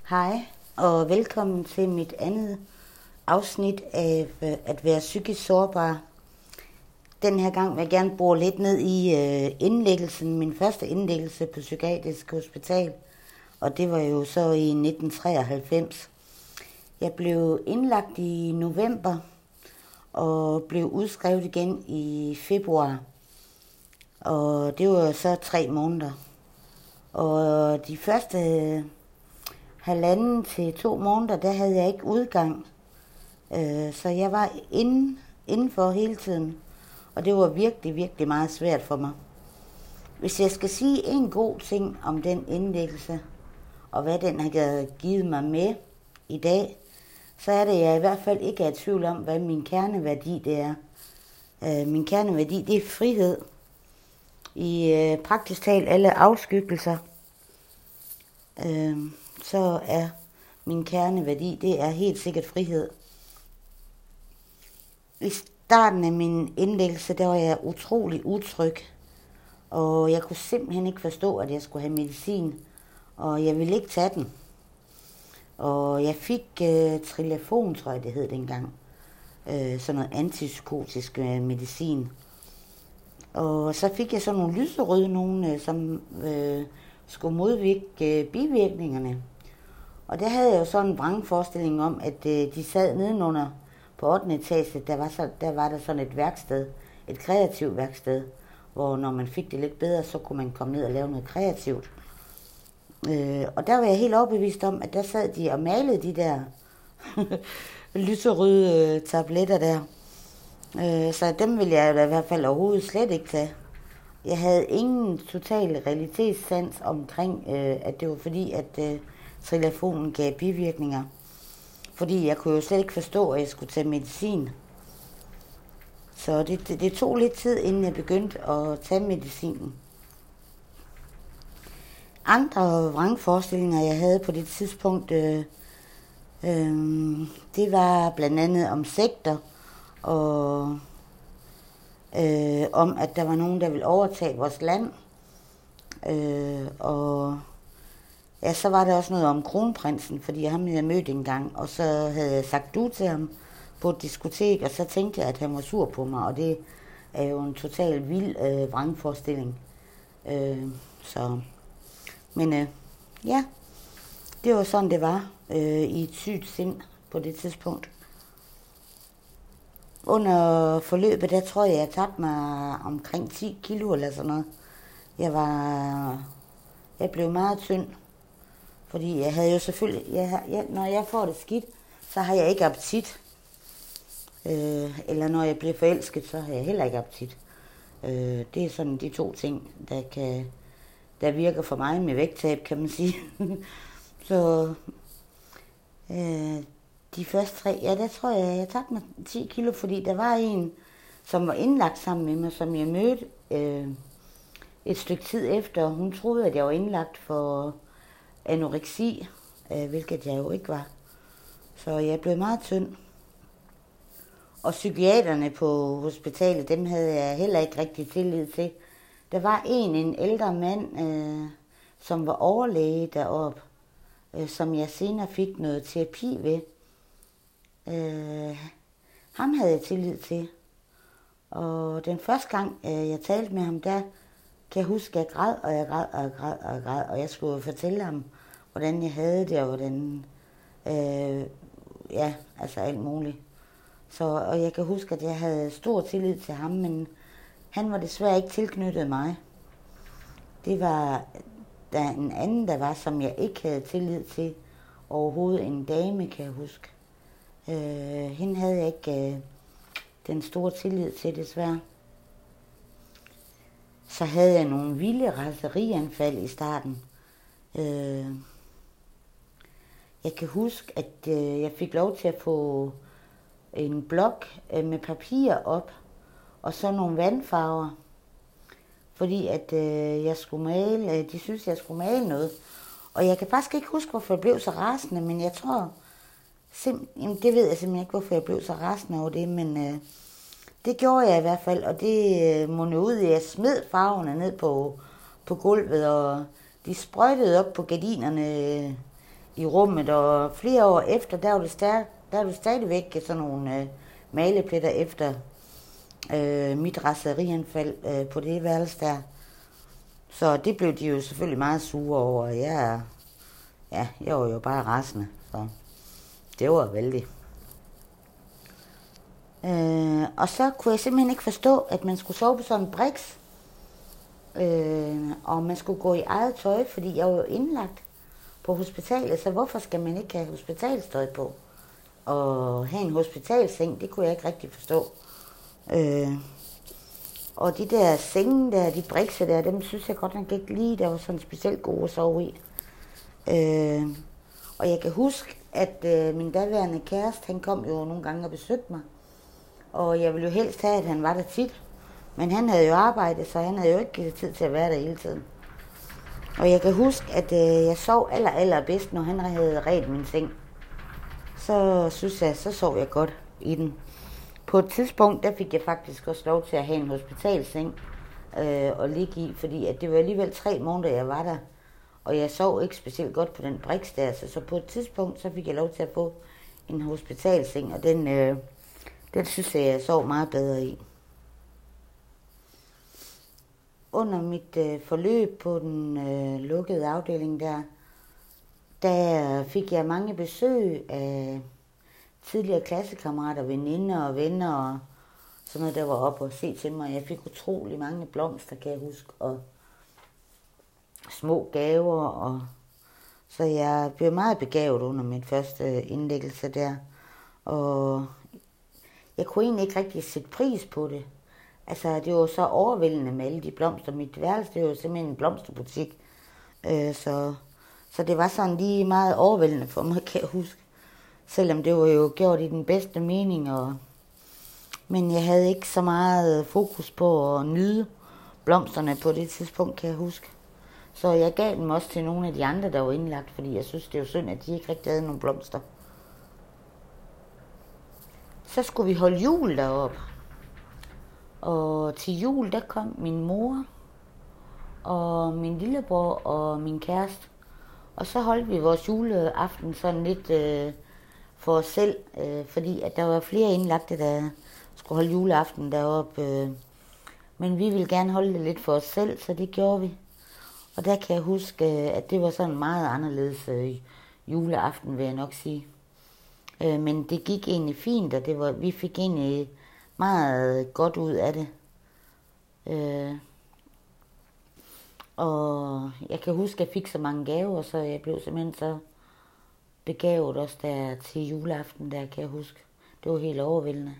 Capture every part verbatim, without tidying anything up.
Hej og velkommen til mit andet afsnit af at være psykisk sårbar. Den her gang vil jeg gerne bore lidt ned i indlæggelsen, min første indlæggelse på Psykiatrisk Hospital, og det var jo så i nitten treoghalvfems. Jeg blev indlagt i november og blev udskrevet igen i februar, og det var så tre måneder. Og de første halvanden til to måneder, der havde jeg ikke udgang. Øh, så jeg var inde, indenfor hele tiden. Og det var virkelig, virkelig meget svært for mig. Hvis jeg skal sige en god ting om den indlæggelse, og hvad den har givet mig med i dag, så er det, at jeg i hvert fald ikke er i tvivl om, hvad min kerneværdi det er. Øh, min kerneværdi, det er frihed. I øh, praktisk talt alle afskyggelser. Øh, så er min kerneværdi, det er helt sikkert frihed. I starten af min indlæggelse, der var jeg utrolig utryg, og jeg kunne simpelthen ikke forstå, at jeg skulle have medicin, og jeg ville ikke tage den. Og jeg fik uh, Trilafon, tror jeg det hed dengang, uh, sådan noget antipsykotisk uh, medicin. Og så fik jeg sådan nogle lyserøde nogle, uh, som uh, skulle modvirke uh, bivirkningerne. Og der havde jeg jo sådan en vrangforestilling om, at øh, de sad nedenunder på ottende etage, der var, så, der var der sådan et værksted, et kreativt værksted, hvor når man fik det lidt bedre, så kunne man komme ned og lave noget kreativt. Øh, og der var jeg helt overbevist om, at der sad de og malede de der lyserøde øh, tabletter der. Øh, så dem ville jeg i hvert fald overhovedet slet ikke tage. Jeg havde ingen total realitetssans omkring, øh, at det var fordi, at øh, Trilafonen gav bivirkninger. Fordi jeg kunne jo slet ikke forstå, at jeg skulle tage medicin. Så det, det, det tog lidt tid, inden jeg begyndte at tage medicinen. Andre vrangforestillinger, jeg havde på det tidspunkt, øh, øh, det var blandt andet om sekter, og øh, om, at der var nogen, der ville overtage vores land. Øh, og ja, så var der også noget om kronprinsen, fordi ham havde jeg mødt en gang, og så havde jeg sagt du til ham på et diskotek, og så tænkte jeg, at han var sur på mig, og det er jo en total vild øh, vrangforestilling. Øh, så, men øh, ja, det var sådan, det var øh, i et sygt sind på det tidspunkt. Under forløbet, der tror jeg, jeg tabte mig omkring ti kilo eller sådan noget. Jeg var, jeg blev meget tynd. Fordi jeg havde jo selvfølgelig, jeg, jeg, når jeg får det skidt, så har jeg ikke appetit. Øh, eller når jeg bliver forelsket, så har jeg heller ikke appetit. Øh, det er sådan de to ting, der, kan, der virker for mig med vægttab, kan man sige. Så øh, de første tre, ja, der tror jeg, jeg tabte mig ti kilo, fordi der var en, som var indlagt sammen med mig, som jeg mødte øh, et stykke tid efter. Hun troede, at jeg var indlagt for anoreksi, øh, hvilket jeg jo ikke var. Så jeg blev meget tynd. Og psykiaterne på hospitalet, dem havde jeg heller ikke rigtig tillid til. Der var en, en ældre mand, øh, som var overlæge deroppe, øh, som jeg senere fik noget terapi ved. Øh, ham havde jeg tillid til. Og den første gang, øh, jeg talte med ham, der kan jeg huske, at jeg græd, og jeg græd, og jeg græd, og jeg græd, og jeg skulle fortælle ham, hvordan jeg havde det, og hvordan, øh, ja, altså alt muligt. Så, og jeg kan huske, at jeg havde stor tillid til ham, men han var desværre ikke tilknyttet mig. Det var der en anden, der var, som jeg ikke havde tillid til overhovedet, en dame, kan jeg huske. Øh, hende havde jeg ikke øh, den store tillid til, desværre. Så havde jeg nogle vilde raserianfald i starten. Øh, jeg kan huske, at øh, jeg fik lov til at få en blok øh, med papir op, og så nogle vandfarver, fordi at øh, jeg skulle male, øh, de synes jeg skulle male noget. Og jeg kan faktisk ikke huske, hvorfor jeg blev så rasende, men jeg tror, simp- det ved jeg simpelthen ikke, hvorfor jeg blev så rasende over det, men øh, det gjorde jeg i hvert fald, og det øh, mundede ud i, at jeg smed farverne ned på, på gulvet, og de sprøjtede op på gardinerne øh, i rummet, og flere år efter, der var det, stær, der var det stadigvæk sådan nogle øh, malepletter efter øh, mit raserianfald øh, på det værelse der. Så det blev de jo selvfølgelig meget sure over, og jeg, ja, jeg var jo bare rasende, så det var vældig. Øh, og så kunne jeg simpelthen ikke forstå, at man skulle sove på sådan en briks, øh, og man skulle gå i eget tøj, fordi jeg var jo indlagt på hospitalet, så hvorfor skal man ikke have hospitalstøj på? Og have en hospitalseng, det kunne jeg ikke rigtig forstå. Øh, og de der senge der, de brikser der, dem synes jeg godt nok ikke lige, der var sådan specielt gode at sove i. Øh, og jeg kan huske, at øh, min daværende kæreste, han kom jo nogle gange og besøgte mig. Og jeg ville jo helst have, at han var der tit. Men han havde jo arbejdet, så han havde jo ikke tid til at være der hele tiden. Og jeg kan huske, at øh, jeg sov aller, aller bedst, når han havde redt min seng. Så synes jeg, så sov jeg godt i den. På et tidspunkt, der fik jeg faktisk også lov til at have en hospitalseng øh, og ligge i, fordi at det var alligevel tre måneder, jeg var der. Og jeg sov ikke specielt godt på den briks der, så, så på et tidspunkt, så fik jeg lov til at få en hospitalseng, og den, øh, den synes jeg, jeg sov meget bedre i. Under mit øh, forløb på den øh, lukkede afdeling der, der fik jeg mange besøg af tidligere klassekammerater, veninder og venner og sådan noget, der var oppe og se til mig. Jeg fik utrolig mange blomster, kan jeg huske, og små gaver, og så jeg blev meget begavet under min første indlæggelse der, og jeg kunne egentlig ikke rigtig sætte pris på det. Altså, det var så overvældende med alle de blomster. Mit værelse, det var jo simpelthen en blomsterbutik, øh, så, så det var sådan lige meget overvældende for mig, kan jeg huske. Selvom det var jo gjort i den bedste mening, og men jeg havde ikke så meget fokus på at nyde blomsterne på det tidspunkt, kan jeg huske. Så jeg gav dem også til nogle af de andre, der var indlagt, fordi jeg synes, det var synd, at de ikke rigtig havde nogen blomster. Så skulle vi holde jul deroppe. Og til jul, der kom min mor og min lillebror og min kæreste. Og så holdt vi vores juleaften sådan lidt øh, for os selv, øh, fordi at der var flere indlagte, der skulle holde juleaften deroppe. Øh. Men vi ville gerne holde det lidt for os selv, så det gjorde vi. Og der kan jeg huske, at det var sådan meget anderledes øh, juleaften, vil jeg nok sige. Øh, men det gik egentlig fint, og det var, vi fik egentlig meget godt ud af det. Øh, og jeg kan huske, at jeg fik så mange gaver, så jeg blev simpelthen så begavet også der til juleaften, der kan jeg huske. Det var helt overvældende.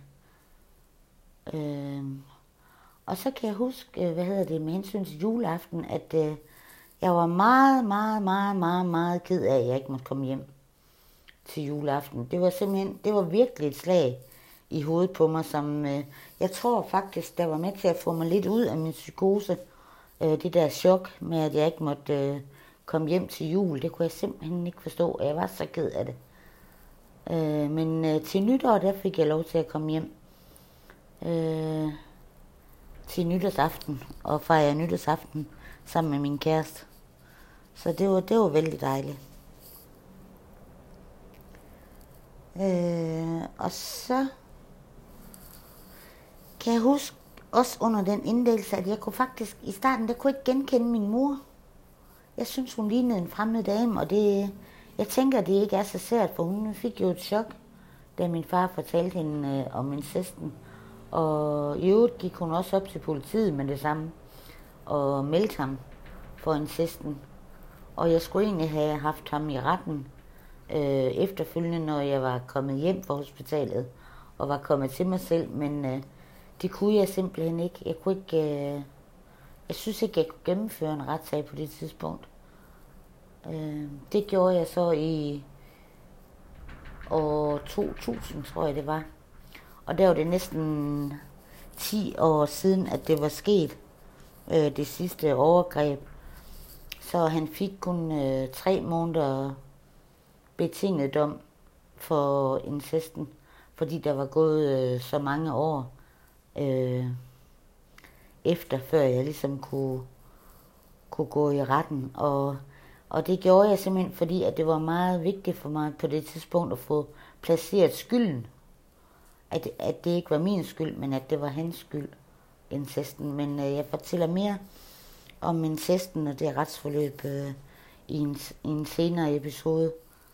Øh, og så kan jeg huske, hvad hedder det, med hensyn til juleaften, at øh, jeg var meget, meget, meget, meget, meget ked af, at jeg ikke måtte komme hjem til juleaften. Det var simpelthen, det var virkelig et slag i hovedet på mig, som øh, jeg tror faktisk, der var med til at få mig lidt ud af min psykose. Øh, det der chok med, at jeg ikke måtte øh, komme hjem til jul, det kunne jeg simpelthen ikke forstå, og jeg var så ked af det. Øh, men øh, til nytår, der fik jeg lov til at komme hjem øh, til nytårsaften og fejre nytårsaften sammen med min kæreste. Så det var, det var vældig dejligt. Øh, og så kan jeg huske også under den indlæggelse, at jeg kunne faktisk i starten, der kunne jeg ikke genkende min mor. Jeg synes, hun lignede en fremmed dame, og det, jeg tænker, det ikke er så sært, for hun fik jo et chok, da min far fortalte hende øh, om incesten. Og i øvrigt gik hun også op til politiet med det samme, og meldte ham for incesten. Og jeg skulle egentlig have haft ham i retten øh, efterfølgende, når jeg var kommet hjem fra hospitalet, og var kommet til mig selv, men øh, det kunne jeg simpelthen ikke. Jeg kunne ikke, øh, jeg synes ikke, jeg kunne gennemføre en retssag på det tidspunkt. Øh, det gjorde jeg så i år to tusind, tror jeg det var. Og der var det næsten ti år siden, at det var sket, øh, det sidste overgreb. Så han fik kun øh, tre måneder betinget dom for incesten, fordi der var gået øh, så mange år øh, efter, før jeg ligesom kunne, kunne gå i retten. Og, Og det gjorde jeg simpelthen, fordi at det var meget vigtigt for mig på det tidspunkt at få placeret skylden. At, at det ikke var min skyld, men at det var hans skyld, incesten. Men øh, jeg fortæller mere om incesten og det retsforløb øh, i, en, i en senere episode.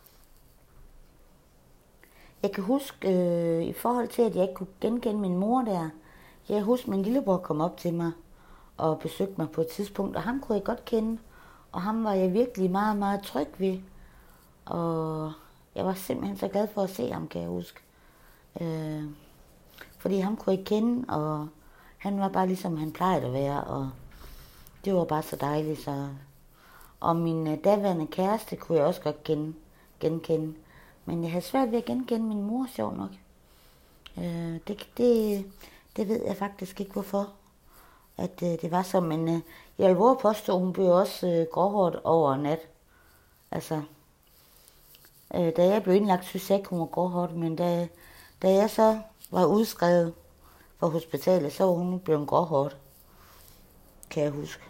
Jeg kan huske, øh, i forhold til, at jeg ikke kunne genkende min mor der, jeg kan huske, at min lillebror kom op til mig og besøgte mig på et tidspunkt, og ham kunne jeg godt kende. Og ham var jeg virkelig meget, meget tryg ved. Og jeg var simpelthen så glad for at se ham, kan jeg huske. Øh, fordi ham kunne jeg kende, og han var bare ligesom han plejede at være, og det var bare så dejligt. Så. Og min øh, daværende kæreste kunne jeg også godt kende, genkende. Men jeg havde svært ved at genkende min mor, sjov nok. Øh, det, det, det ved jeg faktisk ikke, hvorfor. At øh, det var så, men øh, jeg vil våge påstå, hun blev også øh, gråhåret over nat. Altså, øh, da jeg blev indlagt, synes jeg ikke, hun var gråhåret, men da, da jeg så var udskrevet fra hospitalet, så var hun blevet gråhåret, kan jeg huske.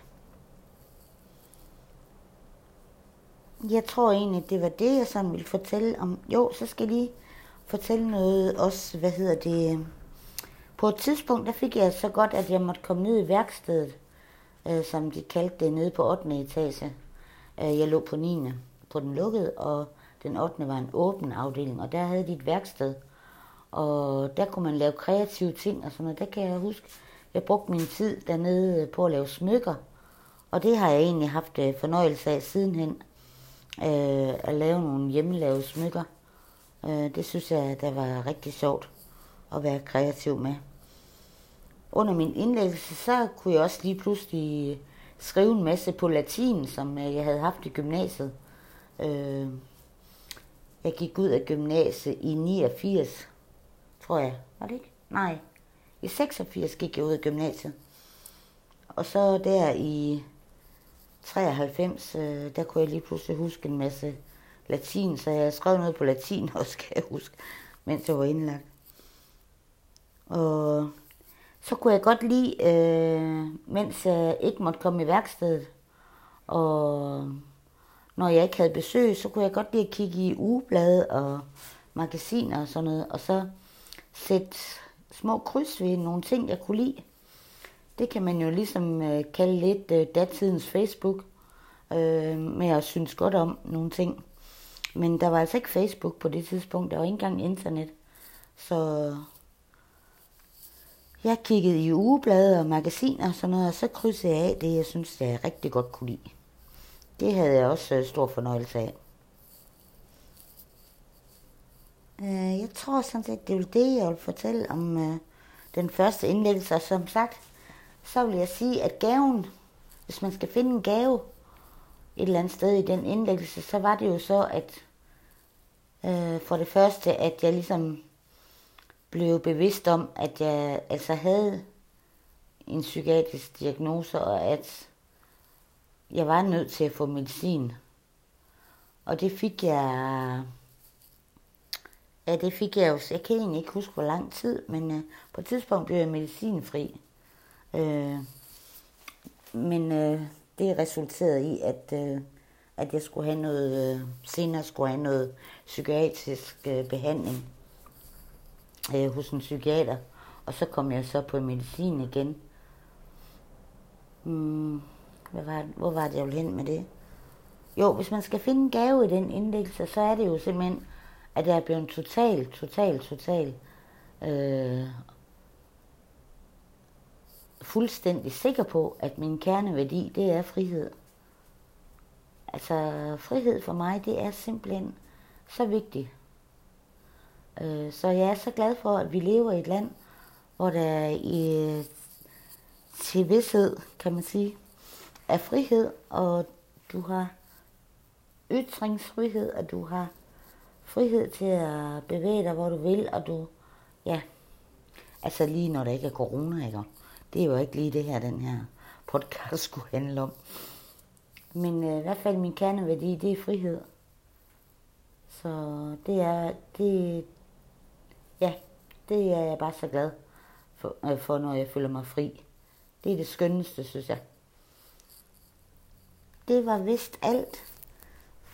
Jeg tror egentlig, det var det, jeg sådan ville fortælle om. Jo, så skal jeg lige fortælle noget også, hvad hedder det. På et tidspunkt, der fik jeg så godt, at jeg måtte komme ned i værkstedet, øh, som de kaldte det, nede på ottende etage. Øh, jeg lå på niende på den lukkede, og den ottende var en åben afdeling, og der havde de et værksted. Og der kunne man lave kreative ting og sådan noget. Der kan jeg huske, jeg brugte min tid dernede på at lave smykker, og det har jeg egentlig haft fornøjelse af sidenhen. Øh, at lave nogle hjemmelavede smykker. Øh, det synes jeg, der var rigtig sjovt at være kreativ med. Under min indlæggelse, så kunne jeg også lige pludselig skrive en masse på latin, som jeg havde haft i gymnasiet. Øh, jeg gik ud af gymnasiet i niogfirs, tror jeg. Var det ikke? Nej. I seksogfirs gik jeg ud af gymnasiet. Og så der i treoghalvfems, øh, der kunne jeg lige pludselig huske en masse latin, så jeg skrev noget på latin også, kan jeg huske, mens jeg var indlagt. Og så kunne jeg godt lide, øh, mens jeg ikke måtte komme i værkstedet, og når jeg ikke havde besøg, så kunne jeg godt lide at kigge i ugeblade og magasiner og sådan noget, og så sætte små kryds ved nogle ting, jeg kunne lide. Det kan man jo ligesom øh, kalde lidt øh, datidens Facebook, øh, med at synes godt om nogle ting. Men der var altså ikke Facebook på det tidspunkt, der var ikke engang internet. Så jeg kiggede i ugeblade og magasiner og sådan noget, og så krydsede jeg af det, jeg synes, jeg rigtig godt kunne lide. Det havde jeg også øh, stor fornøjelse af. Øh, jeg tror sådan set, det er det, jeg vil fortælle om øh, den første indlæggelse, og som sagt, så vil jeg sige, at gaven, hvis man skal finde en gave et eller andet sted i den indlæggelse, så var det jo så, at øh, for det første, at jeg ligesom blev bevidst om, at jeg altså havde en psykiatrisk diagnose, og at jeg var nødt til at få medicin. Og det fik jeg, ja, det fik jeg jo, jeg kan egentlig ikke huske, hvor lang tid, men øh, på et tidspunkt blev jeg medicinfri. Øh, men øh, det resulterede i, at, øh, at jeg skulle have noget, øh, senere skulle have noget psykiatrisk øh, behandling øh, hos en psykiater. Og så kom jeg så på medicin igen. Hmm, hvad var, hvor var det, jeg ville hen med det? Jo, hvis man skal finde en gave i den indlæggelse, så er det jo simpelthen, at jeg er blevet totalt, totalt, totalt øh, fuldstændig sikker på, at min kerneværdi, det er frihed. Altså, frihed for mig, det er simpelthen så vigtigt. Øh, så jeg er så glad for, at vi lever i et land, hvor der i, til vidshed, kan man sige, er frihed, og du har ytringsfrihed, og du har frihed til at bevæge dig, hvor du vil, og du, ja, altså lige når der ikke er corona, ikke? Det er jo ikke lige det her, den her podcast skulle handle om. Men øh, i hvert fald min kerneværdi, det er frihed. Så det er, det, ja, det er jeg bare så glad for, øh, for, når jeg føler mig fri. Det er det skønneste, synes jeg. Det var vist alt.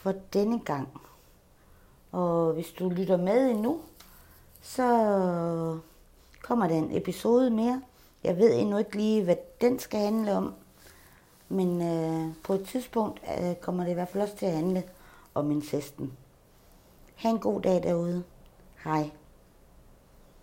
for denne gang. Og hvis du lytter med endnu, så kommer der en episode mere. Jeg ved endnu ikke lige, hvad den skal handle om. Men øh, på et tidspunkt øh, kommer det i hvert fald også til at handle om incesten. Ha' en god dag derude. Hej.